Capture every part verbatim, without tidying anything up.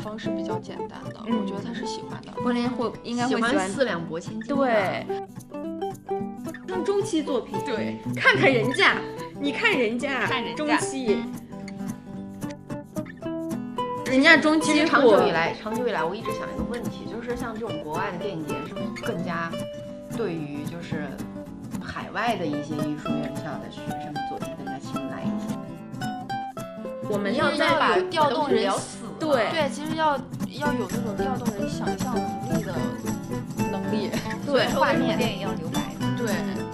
方式比较简单的，嗯、我觉得他是喜欢的。 柏林会应该会喜欢四两拨千斤。 对，像中期作品， 对， 看看人家，你看人家， 看人家中期。人家中期长久以来，长久以来，我一直想一个问题，就是像这种国外的电影节，是不是更加对于就是海外的一些艺术院校的学生的作品更加青睐一些？ 我们要再把调动人对对，其实要要有那种调动人想象能力的能力， 对， 画面电影要留白， 对。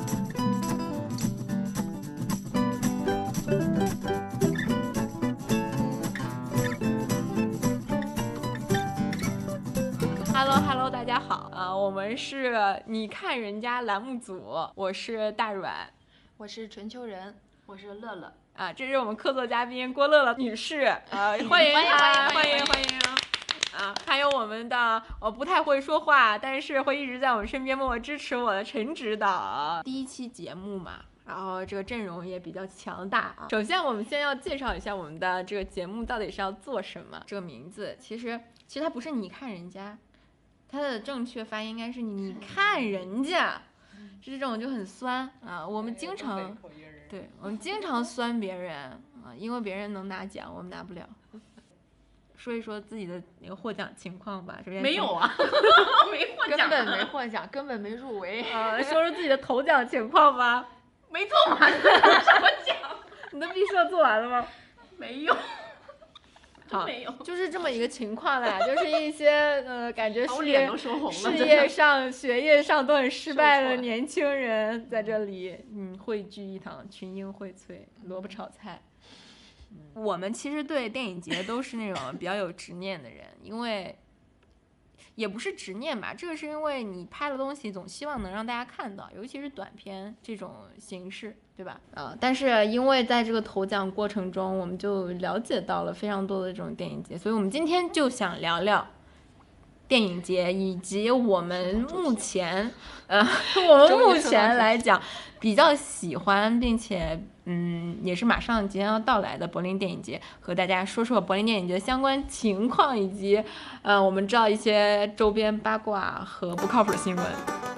Hello Hello， 大家好啊！我们是你看人家栏目组，我是大阮， 我是纯秋人，我是乐乐啊，这是我们客座嘉宾郭乐乐女士啊，欢迎她，欢迎欢迎啊！还有我们的我不太会说话，但是会一直在我们身边默默支持我的陈指导。第一期节目嘛，然后这个阵容也比较强大啊。首先，我们先要介绍一下我们的这个节目到底是要做什么。这个名字其实其实它不是你看人家。它的正确发音应该是你看人家，这种就很酸啊。我们经常，对我们经常酸别人啊，因为别人能拿奖，我们拿不了。说一说自己的那个获奖情况吧。 没有啊，没获奖， 根本没获奖，根本没入围啊。说说自己的头奖情况吧。 没做完，什么奖？ 你的毕设做完了吗？ 没有。 好，就是这么一个情况啦，就是一些呃，感觉事业事业上、学业上都很失败的年轻人在这里，嗯，汇聚一堂，群英荟萃，萝卜炒菜。嗯，我们其实对电影节都是那种比较有执念的人，因为也不是执念吧，这个是因为你拍的东西总希望能让大家看到，尤其是短片这种形式。对吧？呃，但是因为在这个投奖过程中，我们就了解到了非常多的这种电影节，所以我们今天就想聊聊电影节，以及我们目前，呃，我们目前来讲比较喜欢，并且嗯，也是马上即将要到来的柏林电影节，和大家说说柏林电影节相关情况，以及呃，我们知道一些周边八卦和不靠谱的新闻。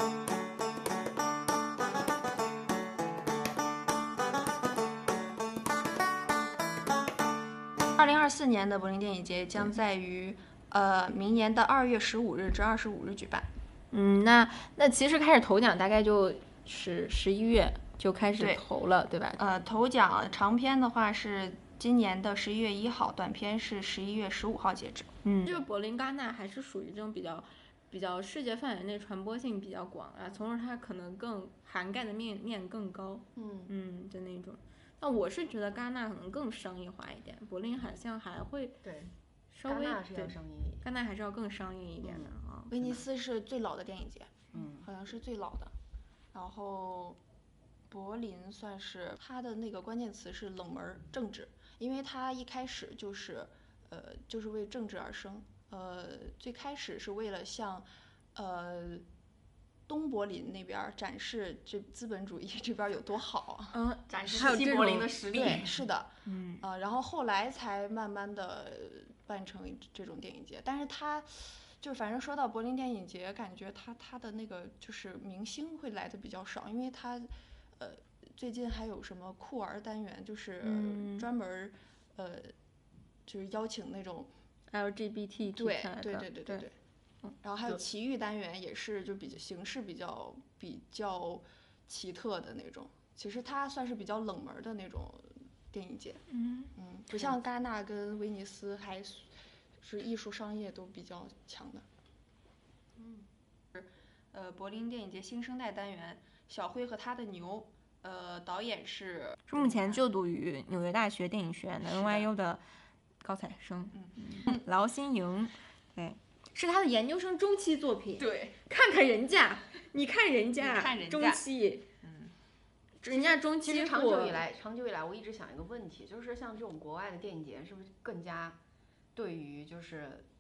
二零二四年的柏林电影节将在于呃明年的二月十五日至二十五日举办。 嗯，那那其实开始投奖大概就是十一月就开始投了， 对, 对吧？ 呃，投奖长篇的话是今年的十一月一号，短篇是十一月十五号截止。 嗯，这个柏林戛纳还是属于这种比较比较世界范围内传播性比较广啊，从而它可能更涵盖的面面更高。 嗯嗯，就那种。那我是觉得戛纳可能更商业化一点，柏林好像还会对稍微戛纳是要商业一点， 戛纳还是要更商业一点的啊。 嗯、威尼斯是最老的电影节， 嗯， 好像是最老的。然后柏林算是它的那个关键词是冷门政治，因为它一开始就是呃就是为政治而生，呃最开始是为了向呃。东柏林那边展示这资本主义这边有多好， 嗯， 展示西柏林的实力。 对，是的， 嗯， 呃，然后后来才慢慢的办成这种电影节。但是它就是反正说到柏林电影节，感觉它它的那个就是明星会来的比较少，因为它呃最近还有什么酷儿单元，就是专门、嗯、呃就是邀请那种 L G B T 对题材的， 对对对对对。然后还有奇遇单元，也是就比较形式比较比较奇特的那种。其实它算是比较冷门的那种电影节， 嗯嗯，不像戛纳跟威尼斯还是艺术商业都比较强的。嗯，呃，柏林电影节新生代单元，小辉和他的牛，呃，导演是是目前就读于纽约大学电影学院的 N Y U 的高材生，嗯，劳心莹，对。是他的研究生中期作品， 对， 看看人家，你看人家， 看人家中期， 嗯， 人家中期。 其实长久以来，长久以来，我一直想一个问题，就是像这种国外的电影节，是不是更加对于就是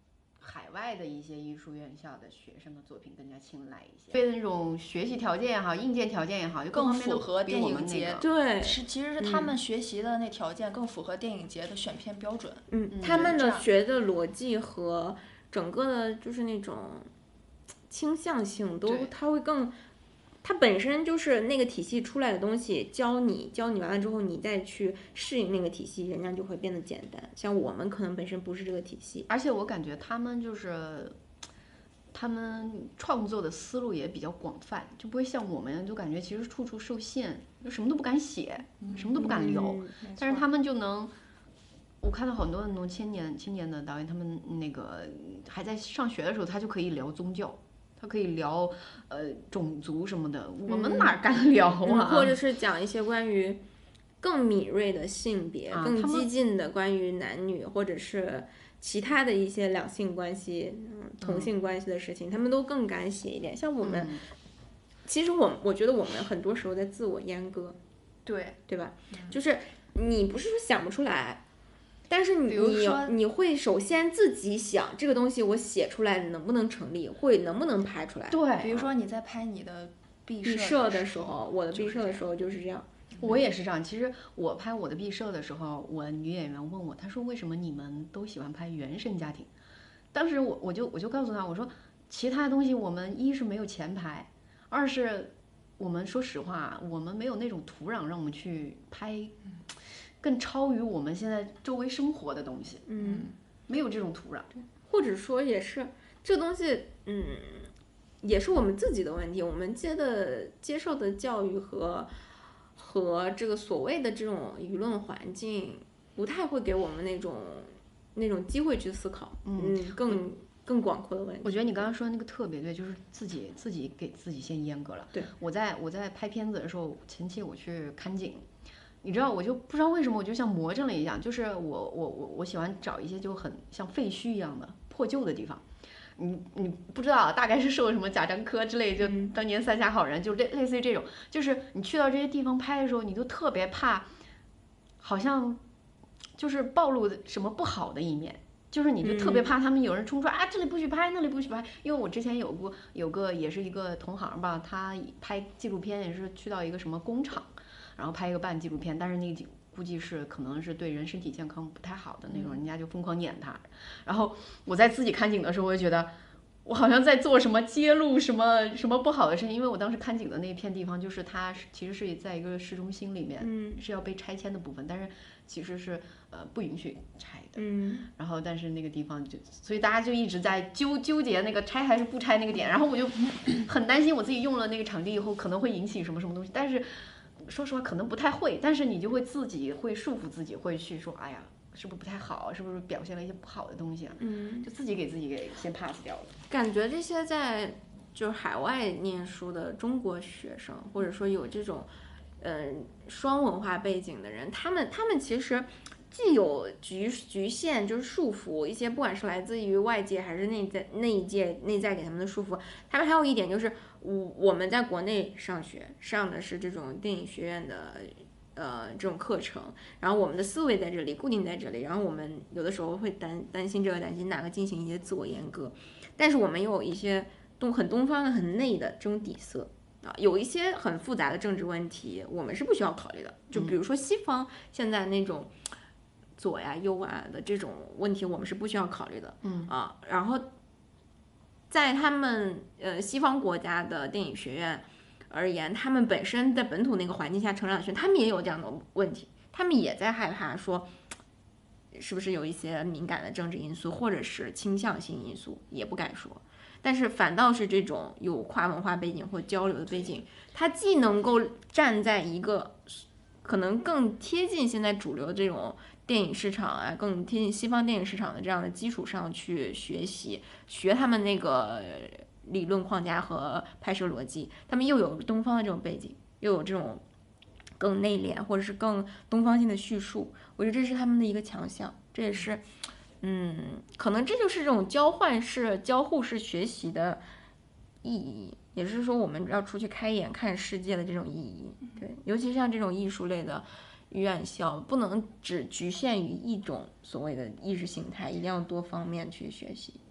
海外的一些艺术院校的学生的作品更加青睐一些，对那种学习条件也好，硬件条件也好，就更方面都符合电影节。 那个、 对， 是其实是他们学习的那条件更符合电影节的选片标准。 嗯，嗯他们的学的逻辑和整个的就是那种倾向性都，它会更。它本身就是那个体系出来的东西，教你教你完了之后，你再去适应那个体系，人家就会变得简单。像我们可能本身不是这个体系， 而且我感觉他们就是他们创作的思路也比较广泛，就不会像我们就感觉其实处处受限，就什么都不敢写，嗯、什么都不敢聊、 嗯。 但是他们就能，我看到很多那种青年青年的导演，他们那个还在上学的时候，他就可以聊宗教。他可以聊呃种族什么的，我们哪敢聊啊、 嗯嗯？或者是讲一些关于更敏锐的性别、啊、更激进的关于男女，或者是其他的一些两性关系、嗯、同性关系的事情、嗯，他们都更敢写一点。像我们，嗯、其实我我觉得我们很多时候在自我阉割， 对对吧、嗯？就是你不是说想不出来。但是你你你会首先自己想这个东西我写出来能不能成立，会能不能拍出来？ 对，比如说你在拍你的毕设的时候，我的毕设的时候就是这样。 我也是这样。其实我拍我的毕设的时候，我女演员问我，她说为什么你们都喜欢拍原生家庭？当时我我就我就告诉她，我说其他东西我们一是没有钱拍，二是我们说实话，我们没有那种土壤让我们去拍。嗯更超于我们现在周围生活的东西， 嗯， 没有这种土壤， 或者说也是这东西，嗯，也是我们自己的问题。我们接的接受的教育和和这个所谓的这种舆论环境，不太会给我们那种那种机会去思考，嗯，嗯更更广阔的问题。 我觉得你刚刚说的那个特别对，就是自己自己给自己先阉割了。 对， 我在我在拍片子的时候，前期我去看景。你知道，我就不知道为什么，我就像魔怔了一样，就是我我我我喜欢找一些就很像废墟一样的破旧的地方。你你不知道，大概是受什么贾樟柯之类，就当年《三峡好人》，就类类似于这种，就是你去到这些地方拍的时候，你都特别怕，好像就是暴露什么不好的一面。就是你就特别怕他们有人冲出来、嗯、啊，这里不许拍，那里不许拍。因为我之前有过有个也是一个同行吧，他拍纪录片也是去到一个什么工厂。然后拍一个半纪录片，但是那个估计是可能是对人身体健康不太好的那种，人家就疯狂撵他。然后我在自己看景的时候，我就觉得我好像在做什么揭露什么什么不好的事情，因为我当时看景的那片地方，就是它其实是在一个市中心里面， 嗯， 是要被拆迁的部分，但是其实是呃不允许拆的， 嗯。 然后但是那个地方就，所以大家就一直在纠纠结那个拆还是不拆那个点，然后我就很担心我自己用了那个场地以后可能会引起什么什么东西，但是。说实话，可能不太会，但是你就会自己会束缚自己，会去说，哎呀，是不是不太好？是不是表现了一些不好的东西啊？ 嗯， 就自己给自己给先 pass 掉了。 感觉这些在就是海外念书的中国学生，或者说有这种，呃，双文化背景的人，他们他们其实既有局局限，就是束缚一些，不管是来自于外界还是内在内界内在给他们的束缚，他们还有一点就是。我我们在国内上学上的是这种电影学院的呃这种课程，然后我们的思维在这里固定在这里，然后我们有的时候会担担心这个担心那个进行一些自我阉割，但是我们有一些东很东方的很内的这种底色啊，有一些很复杂的政治问题我们是不需要考虑的，就比如说西方现在那种左呀右啊的这种问题我们是不需要考虑的， 嗯啊，然后。在他们呃西方国家的电影学院而言，他们本身在本土那个环境下成长的学生，他们也有这样的问题，他们也在害怕说，是不是有一些敏感的政治因素或者是倾向性因素，也不敢说。但是反倒是这种有跨文化背景或交流的背景，它既能够站在一个可能更贴近现在主流这种。电影市场啊，更贴近西方电影市场的这样的基础上去学习，学他们那个理论框架和拍摄逻辑，他们又有东方的这种背景，又有这种更内敛或者是更东方性的叙述，我觉得这是他们的一个强项，这也是，嗯，可能这就是这种交换式、交互式学习的意义，也是说我们要出去开眼看世界的这种意义，对，尤其像这种艺术类的。院校不能只局限于一种所谓的意识形态，一定要多方面去学习。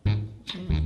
嗯。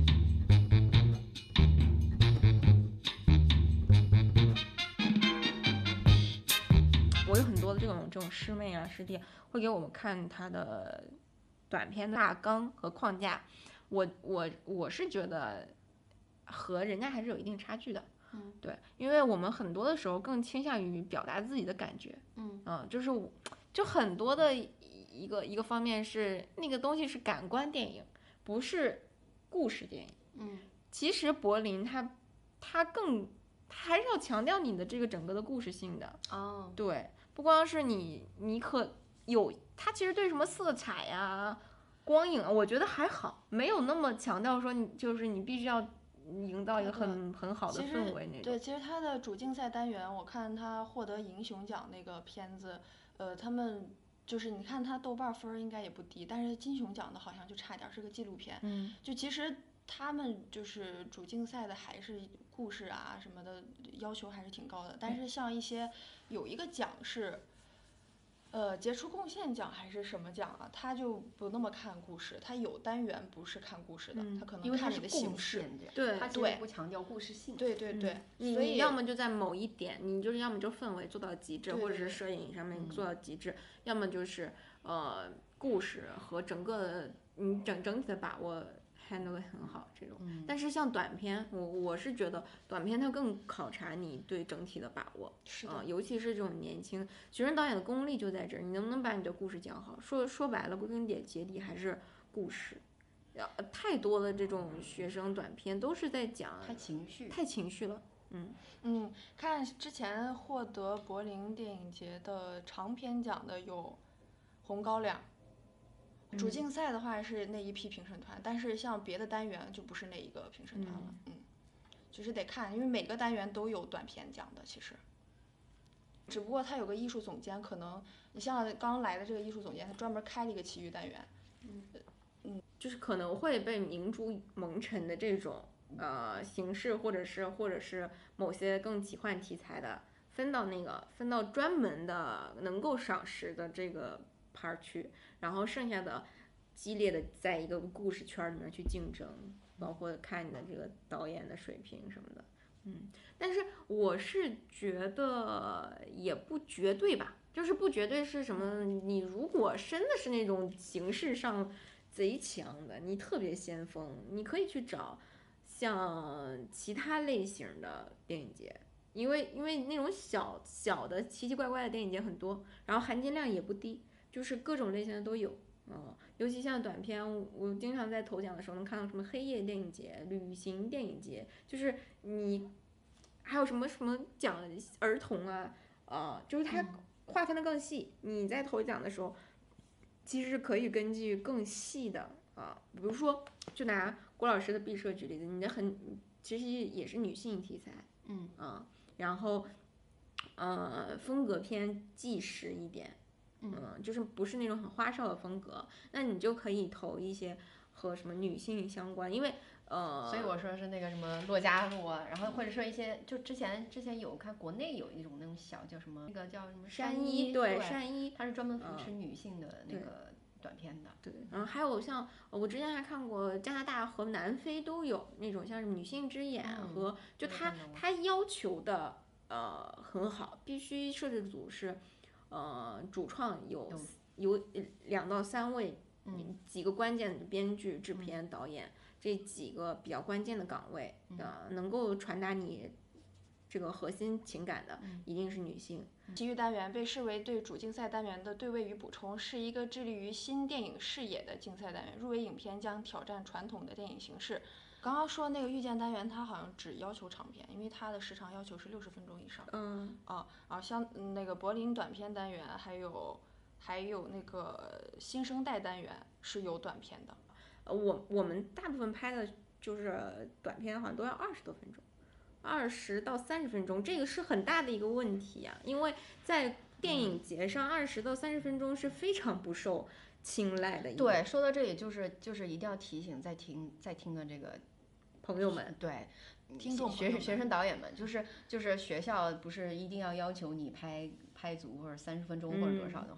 我有很多的这种这种师妹啊师弟会给我们看他的短片的大纲和框架，我我我是觉得和人家还是有一定差距的。 嗯， 对，因为我们很多的时候更倾向于表达自己的感觉。 嗯嗯，就是就很多的一个一个方面是那个东西是感官电影，不是故事电影。 嗯， 其实柏林他他更他还是要强调你的这个整个的故事性的。 哦， 对，不光是你你可有他其实对什么色彩呀、光影啊，我觉得还好，没有那么强调说你就是你必须要营造一个很很好的氛围那种。 对，其实他的主竞赛单元，我看他获得银熊奖那个片子，呃，他们就是你看他豆瓣分应该也不低，但是金熊奖的好像就差点，是个纪录片。 嗯， 就其实他们就是主竞赛的还是故事啊什么的要求还是挺高的，但是像一些有一个奖是。呃，杰出贡献奖还是什么奖啊？他就不那么看故事，他有单元不是看故事的， 嗯、 他可能看你的形式。 对， 他其实不强调故事性。 对对对， 嗯、 所以你要么就在某一点，你就是要么就氛围做到极致， 对对或者是摄影上面做到极致，嗯、要么就是呃故事和整个你整整体的把握。handle 得很好这种， 嗯、 但是像短片，我我是觉得短片它更考察你对整体的把握， 是的、 呃，尤其是这种年轻学生导演的功力就在这儿，你能不能把你的故事讲好？说说白了，归根结底还是故事。呃，太多的这种学生短片都是在讲太情绪， 太情绪了。嗯嗯，看之前获得柏林电影节的长片奖的有《红高粱》。主竞赛的话是那一批评审团，嗯、但是像别的单元就不是那一个评审团了。嗯，嗯就是得看，因为每个单元都有短片奖的，其实。只不过他有个艺术总监，可能你像刚来的这个艺术总监，他专门开了一个其余单元。 嗯嗯，就是可能会被明珠蒙尘的这种呃形式，或者是或者是某些更奇幻题材的，分到那个分到专门的能够赏识的这个。拍去，然后剩下的激烈的在一个故事圈里面去竞争，包括看你的这个导演的水平什么的，嗯，但是我是觉得也不绝对吧，就是不绝对是什么，你如果真的是那种形式上贼强的，你特别先锋，你可以去找像其他类型的电影节。因为因为那种小小的奇奇怪怪的电影节很多，然后含金量也不低。就是各种类型的都有，嗯，尤其像短片，我经常在头奖的时候能看到什么黑夜电影节、旅行电影节，就是你还有什么什么讲儿童啊，呃，就是它划分的更细。你在头奖的时候，其实可以根据更细的啊，比如说，就拿郭老师的毕设举例子，你的很其实也是女性题材， 嗯啊，然后呃风格偏纪实一点。嗯，就是不是那种很花哨的风格，那你就可以投一些和什么女性相关，因为呃， 所以我说是那个什么骆家路啊，然后或者说一些就之前之前有看国内有一种那种小叫什么那个叫什么山医， 对山医， 它是专门扶持女性的那个短片的。 对，然后还有像我之前还看过加拿大和南非都有那种像是女性之眼和、嗯、就它它要求的呃很好，必须摄制组是。呃，主创有有两到三位， 嗯， 几个关键的编剧、制片、导演，这几个比较关键的岗位，呃，能够传达你这个核心情感的，一定是女性。 其余单元被视为对主竞赛单元的对位与补充，是一个致力于新电影视野的竞赛单元。入围影片将挑战传统的电影形式。刚刚说那个遇见单元，它好像只要求长片，因为它的时长要求是六十分钟以上。 嗯啊啊，像那个柏林短片单元，还有还有那个新生代单元是有短片的。 呃，我我们大部分拍的就是短片，好像都要二十多分钟，二十到三十分钟，这个是很大的一个问题啊，因为在电影节上二十到三十分钟是非常不受青睐的一个。 对，说到这里就是就是一定要提醒在听在听的这个朋友们， 对， 听众学学生导演们，就是就是学校不是一定要要求你拍拍足或者三十分钟或者多少的话， 嗯、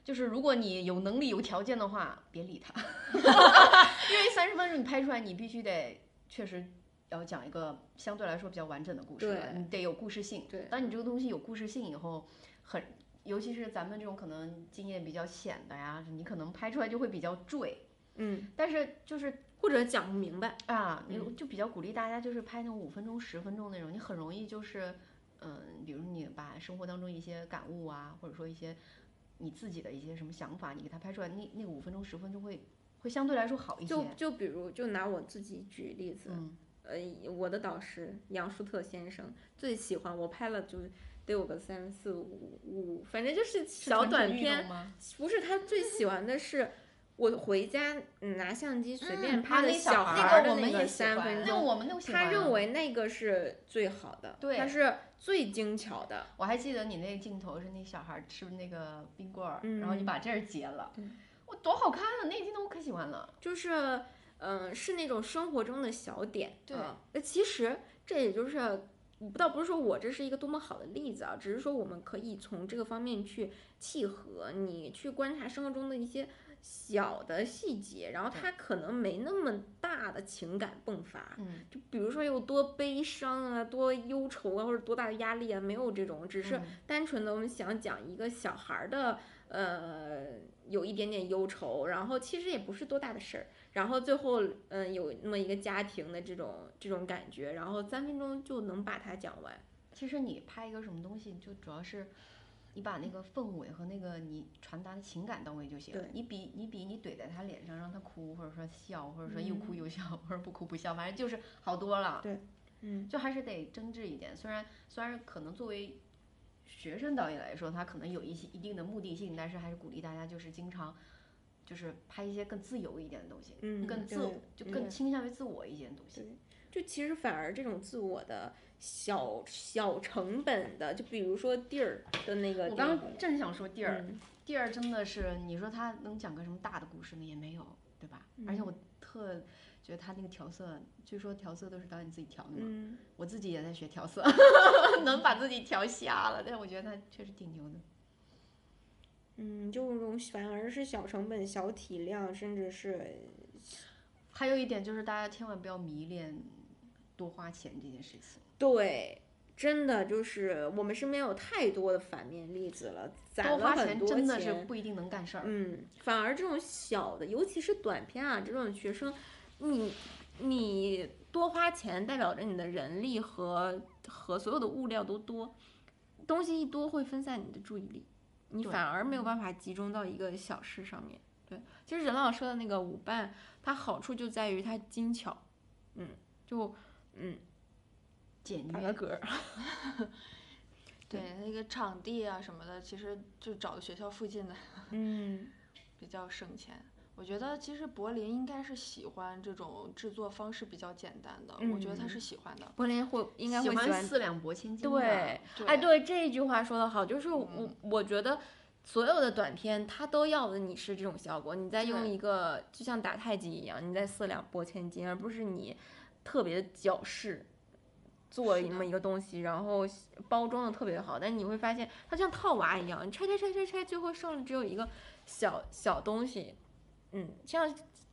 就是如果你有能力有条件的话，别理他，因为三十分钟你拍出来，你必须得确实要讲一个相对来说比较完整的故事，你得有故事性。 对， 当你这个东西有故事性以后，很，尤其是咱们这种可能经验比较浅的呀，你可能拍出来就会比较坠。 嗯， 但是就是或者讲不明白啊，你就比较鼓励大家就是拍那种五分钟、十分钟那种，你很容易就是，嗯，比如你把生活当中一些感悟啊，或者说一些你自己的一些什么想法，你给它拍出来，那那个五分钟、十分钟会会相对来说好一些。 就就比如就拿我自己举例子， 嗯、 呃，我的导师杨舒特先生最喜欢我拍了就得有个三四五五，反正就是小短片，不是他最喜欢的是。我回家拿相机随便拍的小孩的那个三分钟，他认为那个是最好的，他是最精巧的。 我还记得你那个镜头是那小孩吃那个冰棍儿，然后你把这儿截了，我多好看啊！那个镜头我可喜欢了。 就是，嗯、呃，是那种生活中的小点。 对， 呃，其实这也就是，倒不是说我这是一个多么好的例子啊，只是说我们可以从这个方面去契合，你去观察生活中的一些。小的细节，然后他可能没那么大的情感迸发， 嗯， 就比如说有多悲伤啊，多忧愁啊，或者多大的压力啊，没有这种，只是单纯的我们想讲一个小孩的，呃，有一点点忧愁，然后其实也不是多大的事儿，然后最后嗯、呃、有那么一个家庭的这种这种感觉，然后三分钟就能把它讲完。 其实你拍一个什么东西，就主要是。你把那个氛围和那个你传达的情感到位就行了。你比你比你怼在他脸上让他哭，或者说笑，或者说又哭又笑，嗯、或者不哭不笑，反正就是好多了。 对，嗯， 就还是得真挚一点。虽然虽然可能作为学生导演来说，他可能有一些一定的目的性，但是还是鼓励大家就是经常就是拍一些更自由一点的东西， 嗯， 更自就更倾向于自我一些的东西。 就其实反而这种自我的小小成本的，就比如说地儿的那个， 我刚刚正想说地儿， 嗯、 地儿真的是你说他能讲个什么大的故事呢？也没有，对吧？ 嗯、 而且我特觉得他那个调色，据说调色都是导演自己调的嘛， 嗯、 我自己也在学调色，能把自己调瞎了，但是我觉得他确实挺牛的。 嗯，就这种反而是小成本、小体量，甚至是。 还有一点就是大家千万不要迷恋多花钱这件事情。 对，真的就是我们身边有太多的反面例子了，攒了很多钱真的是不一定能干事儿。 嗯，反而这种小的，尤其是短片啊，这种学生，你你多花钱，代表着你的人力和和所有的物料都多，东西一多会分散你的注意力，你反而没有办法集中到一个小事上面。对，其实任老师说的那个舞伴，它好处就在于它精巧，嗯，就嗯， 简打个嗝。 对，那个场地啊什么的，其实就找的学校附近的， 嗯， 比较省钱。我觉得其实柏林应该是喜欢这种制作方式比较简单的， 嗯、 我觉得他是喜欢的。 柏林会应该会喜欢四两拨千斤。 对，哎，对这一句话说得好，就是我、嗯、我觉得。所有的短片，它都要的你是这种效果。你在用一个就像打太极一样，你在四两拨千斤，而不是你特别的矫饰做那么一个东西，然后包装的特别好。但是你会发现，它像套娃一样，你拆拆拆拆拆，最后剩了只有一个小小东西。嗯，像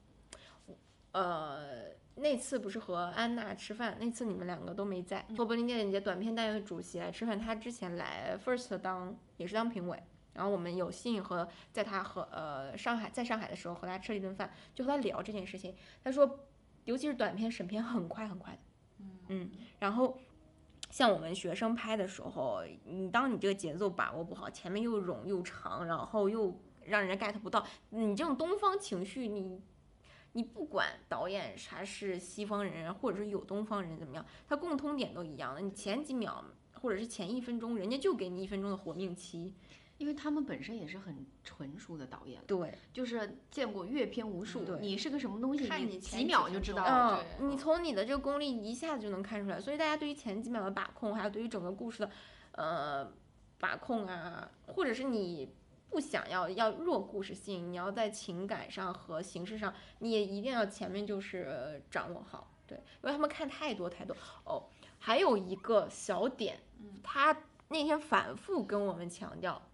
呃那次不是和安娜吃饭，那次你们两个都没在，和柏林电影节短片单元的主席来吃饭，他之前来 First 当也是当评委。然后我们有幸和在他和呃上海在上海的时候和他吃了一顿饭，就和他聊这件事情。他说，尤其是短片审片很快很快的，嗯，然后像我们学生拍的时候，你当你这个节奏把握不好，前面又冗又长，然后又让人家 get 不到，你这种东方情绪，你你不管导演他是西方人或者是有东方人怎么样，他共通点都一样的。你前几秒或者是前一分钟，人家就给你一分钟的活命期。 因为他们本身也是很纯熟的导演， 对， 就是见过阅片无数， 对你是个什么东西， 你几秒就知道了。 嗯，你从你的这个功力一下子就能看出来，所以大家对于前几秒的把控，还有对于整个故事的呃把控啊，或者是你不想要要弱故事性，你要在情感上和形式上，你也一定要前面就是掌握好，对，因为他们看太多太多哦。还有一个小点，他那天反复跟我们强调。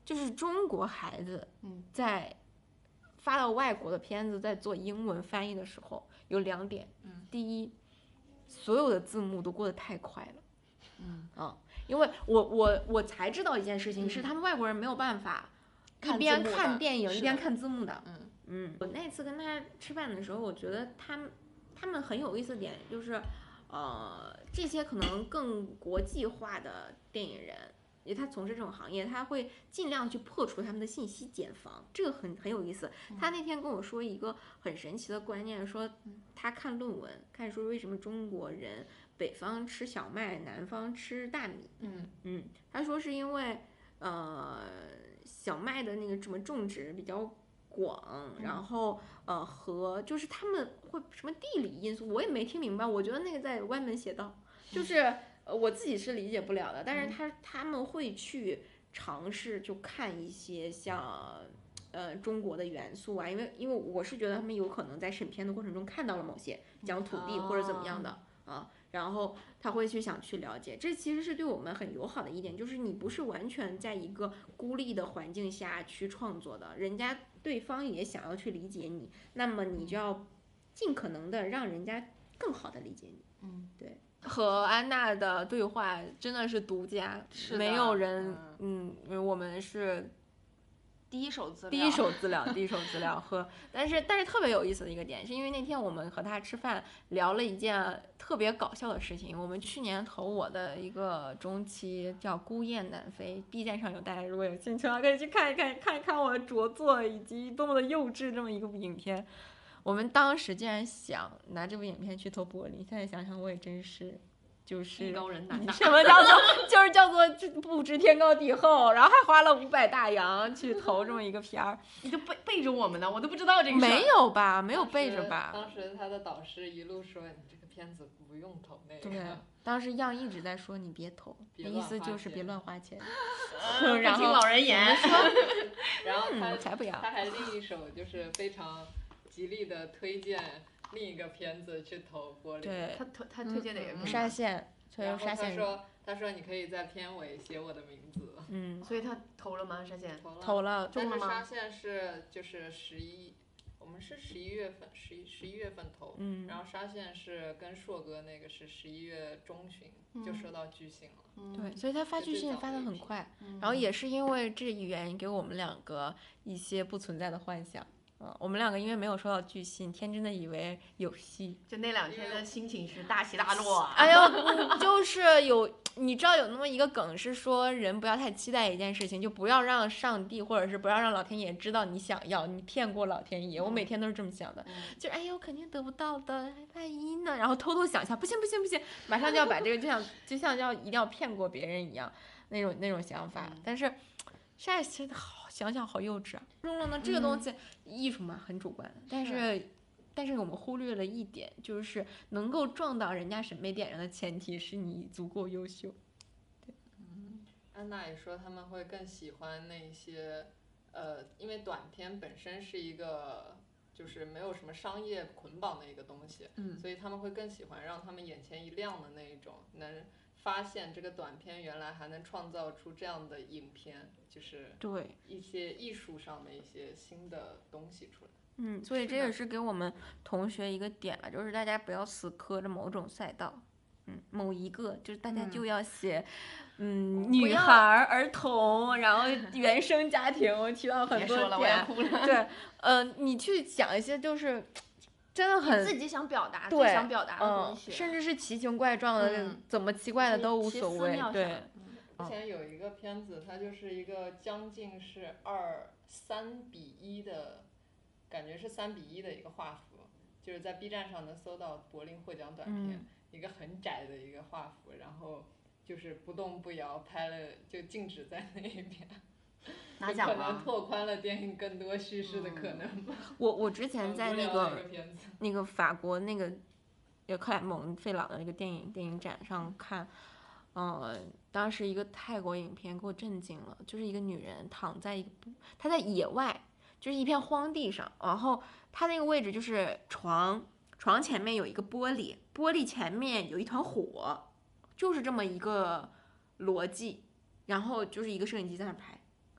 就是中国孩子在发到外国的片子在做英文翻译的时候有两点， 嗯， 第一，所有的字幕都过得太快了， 嗯啊，因为我我我才知道一件事情，是他们外国人没有办法一边看电影一边看字幕的， 嗯嗯，我那次跟他吃饭的时候，我觉得他们他们很有意思的点就是，呃，这些可能更国际化的电影人。因为他从事这种行业，他会尽量去破除他们的信息茧房，这个很很有意思。他那天跟我说一个很神奇的观念，说他看论文，看说为什么中国人北方吃小麦，南方吃大米。 嗯嗯，他说是因为呃小麦的那个什么种植比较广，然后呃和就是他们会什么地理因素，我也没听明白。我觉得那个在歪门邪道，就是。呃，我自己是理解不了的，但是他他们会去尝试就看一些像呃中国的元素啊，因为因为我是觉得他们有可能在审片的过程中看到了某些讲土地或者怎么样的啊，然后他会去想去了解，这其实是对我们很友好的一点，就是你不是完全在一个孤立的环境下去创作的，人家对方也想要去理解你，那么你就要尽可能的让人家更好的理解你， 嗯， 对。和安娜的对话真的是独家，没有人，嗯，嗯我们是第一手资料， 第一手资料，第一手资料和，但是但是特别有意思的一个点，是因为那天我们和他吃饭聊了一件特别搞笑的事情。我们去年投我的一个中期叫《孤雁南飞》，B 站上有，大家如果有兴趣的话可以去看一看，看一看我的着作以及多么的幼稚这么一个影片。我们当时竟然想拿这部影片去投柏林，现在想想我也真是，就是艺高人胆大。 什么叫做就是叫做不知天高地厚，然后还花了五百大洋去投这么一个片儿。 你就背背着我们呢，我都不知道这个事。 没有吧？没有背着吧？ 当时, 当时他的导师一路说你这个片子不用投那个。 对，当时样一直在说你别投，意思就是别乱花钱。 然后听老人言。 然后他、 嗯、才不要。 他还另一手就是非常极力的推荐另一个片子去投柏林。 对， 他推他推荐哪个片子？ 沙县， 然后他沙县说他说你可以在片尾写我的名字。 嗯， 所以他投了吗？沙县投了， 投了， 但是沙县是就是十一，我们是十一月份，十一十一月份投， 嗯， 然后沙县是跟硕哥那个是十一月中旬、嗯、就收到拒信了。 嗯、对，所以他发拒信发得很快、 嗯， 然后也是因为这一原因给我们两个一些不存在的幻想。嗯，我们两个因为没有收到拒信，天真的以为有戏， 就那两天的心情是大起大落。 哎呦，就是有，你知道有那么一个梗是说，人不要太期待一件事情，就不要让上帝或者是不要让老天爷知道你想要，你骗过老天爷。我每天都是这么想的， 嗯、 就哎呦肯定得不到的，万一呢？然后偷偷想一下，不行不行不行，马上就要把这个就像就像要一定要骗过别人一样，那种那种想法。嗯、但是现在其实好想想好幼稚啊。中了呢，这个东西、嗯、艺术嘛很主观，但是。是但是我们忽略了一点，就是能够撞到人家审美点上的前提是你足够优秀。对， 嗯，安娜也说他们会更喜欢那些，呃，因为短片本身是一个就是没有什么商业捆绑的一个东西， 嗯， 所以他们会更喜欢让他们眼前一亮的那一种，能发现这个短片原来还能创造出这样的影片，就是对一些艺术上的一些新的东西出来。 嗯，所以这也是给我们同学一个点了，就是大家不要死磕着某种赛道，嗯，某一个就是大家就要写，嗯，嗯女孩、儿童，然后原生家庭，我提到很多点， 我要哭了。 对，呃，你去讲一些就是真的很自己想表达、 对想表达的东西、 嗯，甚至是奇形怪状的，嗯、怎么奇怪的都无所谓，对。 之前有一个片子，它就是一个将近是二三比一的。感觉是三比一的一个画幅，就是在 B 站上能搜到柏林获奖短片、嗯，一个很窄的一个画幅，然后就是不动不摇拍了，就静止在那边， 拿奖了， 可能拓宽了电影更多叙事的可能吧。 嗯、我我之前在那个个那个法国那个有克莱蒙费朗的那个电影电影展上看，呃，当时一个泰国影片给我震惊了，就是一个女人躺在一个她在野外。就是一片荒地上，然后它那个位置就是床，床前面有一个玻璃，玻璃前面有一团火，就是这么一个逻辑，然后就是一个摄影机在那拍，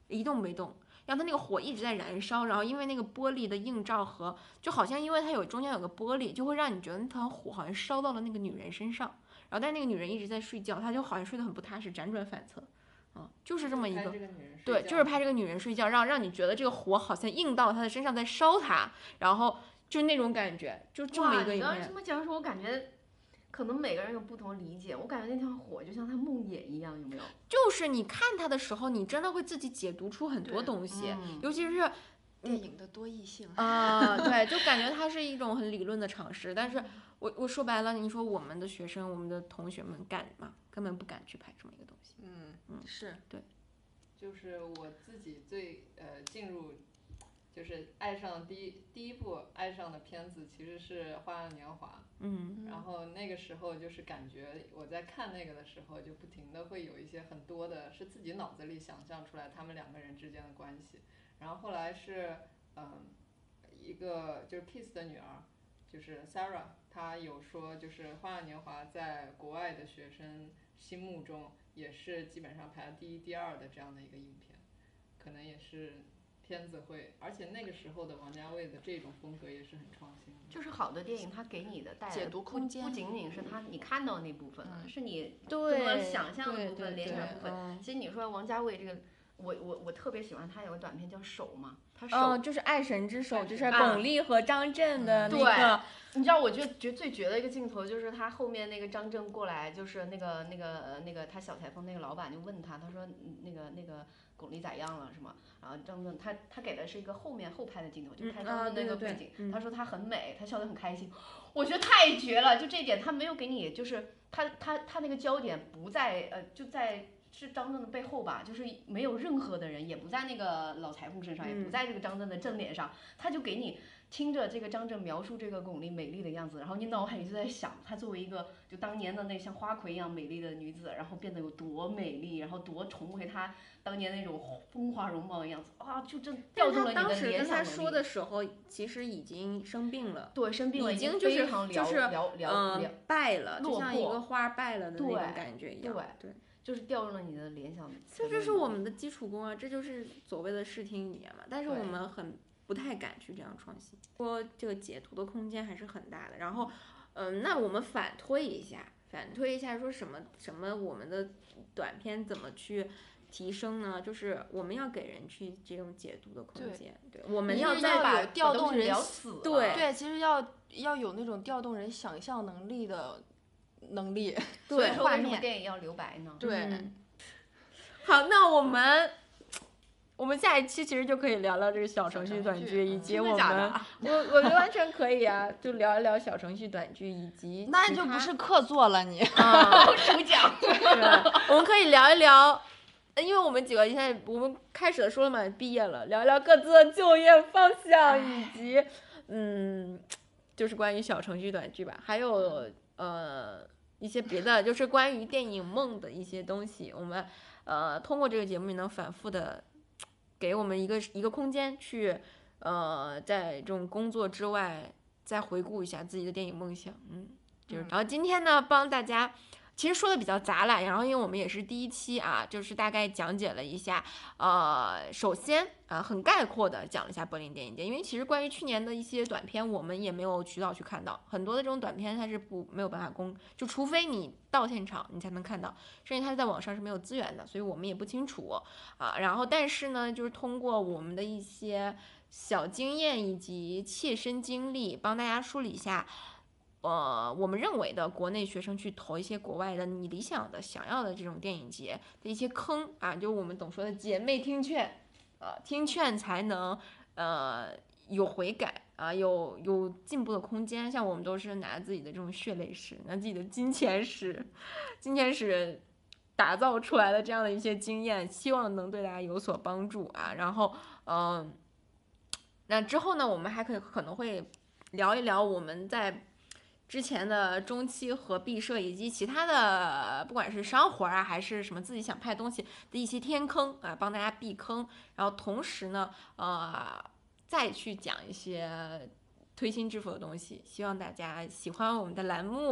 一动没动。让它那个火一直在燃烧，然后因为那个玻璃的映照和就好像因为它有中间有个玻璃，就会让你觉得那团火好像烧到了那个女人身上，然后但那个女人一直在睡觉，她就好像睡得很不踏实，辗转反侧，啊，就是这么一个，对，就是拍这个女人睡觉，让让你觉得这个火好像映到她的身上在烧她，然后就那种感觉，就这么一个影片。 你这么讲说，我感觉。可能每个人有不同理解，我感觉那团火就像他梦魇一样，有没有？ 就是你看它的时候，你真的会自己解读出很多东西， 嗯、 尤其是电影的多义性啊、呃，对，就感觉它是一种很理论的常识。但是我我说白了，你说我们的学生、我们的同学们敢吗？根本不敢去拍这么一个东西。 嗯嗯， 是对。 就是我自己最呃进入。就是爱上第一第一部爱上的片子其实是《花样年华》， 嗯， 然后那个时候就是感觉我在看那个的时候，就不停的会有一些很多的是自己脑子里想象出来他们两个人之间的关系，然后后来是嗯一个就是 Kiss 的女儿，就是 Sarah， 她有说就是《花样年华》在国外的学生心目中也是基本上排第一第二的这样的一个影片，可能也是。片子会，而且那个时候的王家卫的这种风格也是很创新的。 就是好的电影，它给你的带来解读空间不仅仅是它你看到的那部分， 嗯、 是你更多想象的部分、联想部分。 嗯、 其实你说王家卫这个，我我我特别喜欢他有个短片叫《手》嘛，他手、 哦、就是《爱神之手》，就是巩俐和张震的那个。 对，你知道我觉得觉最绝的一个镜头就是他后面那个张震过来，就是那个那个呃那个他小裁缝那个老板就问他，他说那个那个。巩俐咋样了是吗？然后张震他他给的是一个后面后拍的镜头，就拍张震那个背景。 嗯啊、对对对他说她很美，他笑得很开心，我觉得太绝了。就这一点，他没有给你，就是他他他那个焦点不在呃就在是张震的背后吧，就是没有任何的人，也不在那个老裁缝身上， 嗯、 也不在这个张震的正脸上，他就给你。听着这个张震描述这个巩俐美丽的样子，然后你脑海里就在想，她作为一个就当年的那像花魁一样美丽的女子，然后变得有多美丽，然后多重回她当年那种风华容貌的样子啊，就真调动了你的联想能力。 当时跟他说的时候，其实已经生病了， 对，生病了， 已经就是就是嗯、呃、 败了，就像一个花败了的那种感觉一样。 对对， 就是调动了你的联想。 这就是我们的基础功啊，这就是所谓的视听语言嘛。但是我们很。不太敢去这样创新，说这个解读的空间还是很大的。然后，嗯、呃，那我们反推一下，反推一下，说什么什么我们的短片怎么去提升呢？就是我们要给人去这种解读的空间，对，对我们要再把调动人死， 对对，其实要要有那种调动人想象能力的能力。 对，为什么电影要留白呢？ 对、 嗯，好，那我们。我们下一期其实就可以聊聊这个小程序短剧，以及我们，我我觉得完全可以啊，就聊一聊小程序短剧以及那就不是客座了你， 啊， 主讲， 对，我们可以聊一聊，因为我们几个现在我们开始的说了嘛，毕业了，聊一聊各自的就业方向，以及嗯，就是关于小程序短剧吧，还有呃一些别的，就是关于电影梦的一些东西，我们呃通过这个节目能反复的。给我们一个一个空间去，呃，在这种工作之外，再回顾一下自己的电影梦想，嗯，就是。然后今天呢，帮大家，其实说的比较杂了，然后因为我们也是第一期啊，就是大概讲解了一下，呃，首先啊、呃，很概括的讲了一下柏林电影节，因为其实关于去年的一些短片，我们也没有渠道去看到，很多的这种短片它是不没有办法公，就除非你到现场你才能看到，甚至它在网上是没有资源的，所以我们也不清楚啊。然后但是呢，就是通过我们的一些小经验以及切身经历，帮大家梳理一下。呃，我们认为的国内学生去投一些国外的你理想的、想要的这种电影节的一些坑啊，就我们总说的姐妹听劝，啊，听劝才能呃有悔改啊，有有进步的空间。像我们都是拿自己的这种血泪史，拿自己的金钱史，金钱史打造出来的这样的一些经验，希望能对大家有所帮助啊。然后，嗯、呃，那之后呢，我们还可以可能会聊一聊我们在之前的中期和毕设以及其他的，不管是商活啊，还是什么自己想拍东西的一些天坑啊，帮大家避坑。然后同时呢，呃，再去讲一些推心置腹的东西。希望大家喜欢我们的栏目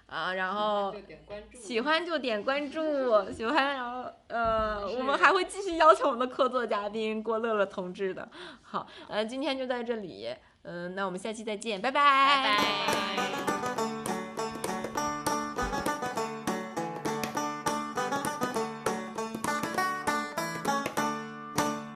啊，然后喜欢就点关注，喜欢然后呃，我们还会继续邀请我们的客座嘉宾郭乐乐同志的。好，呃，今天就在这里，嗯、呃，那我们下期再见，拜拜。 拜拜。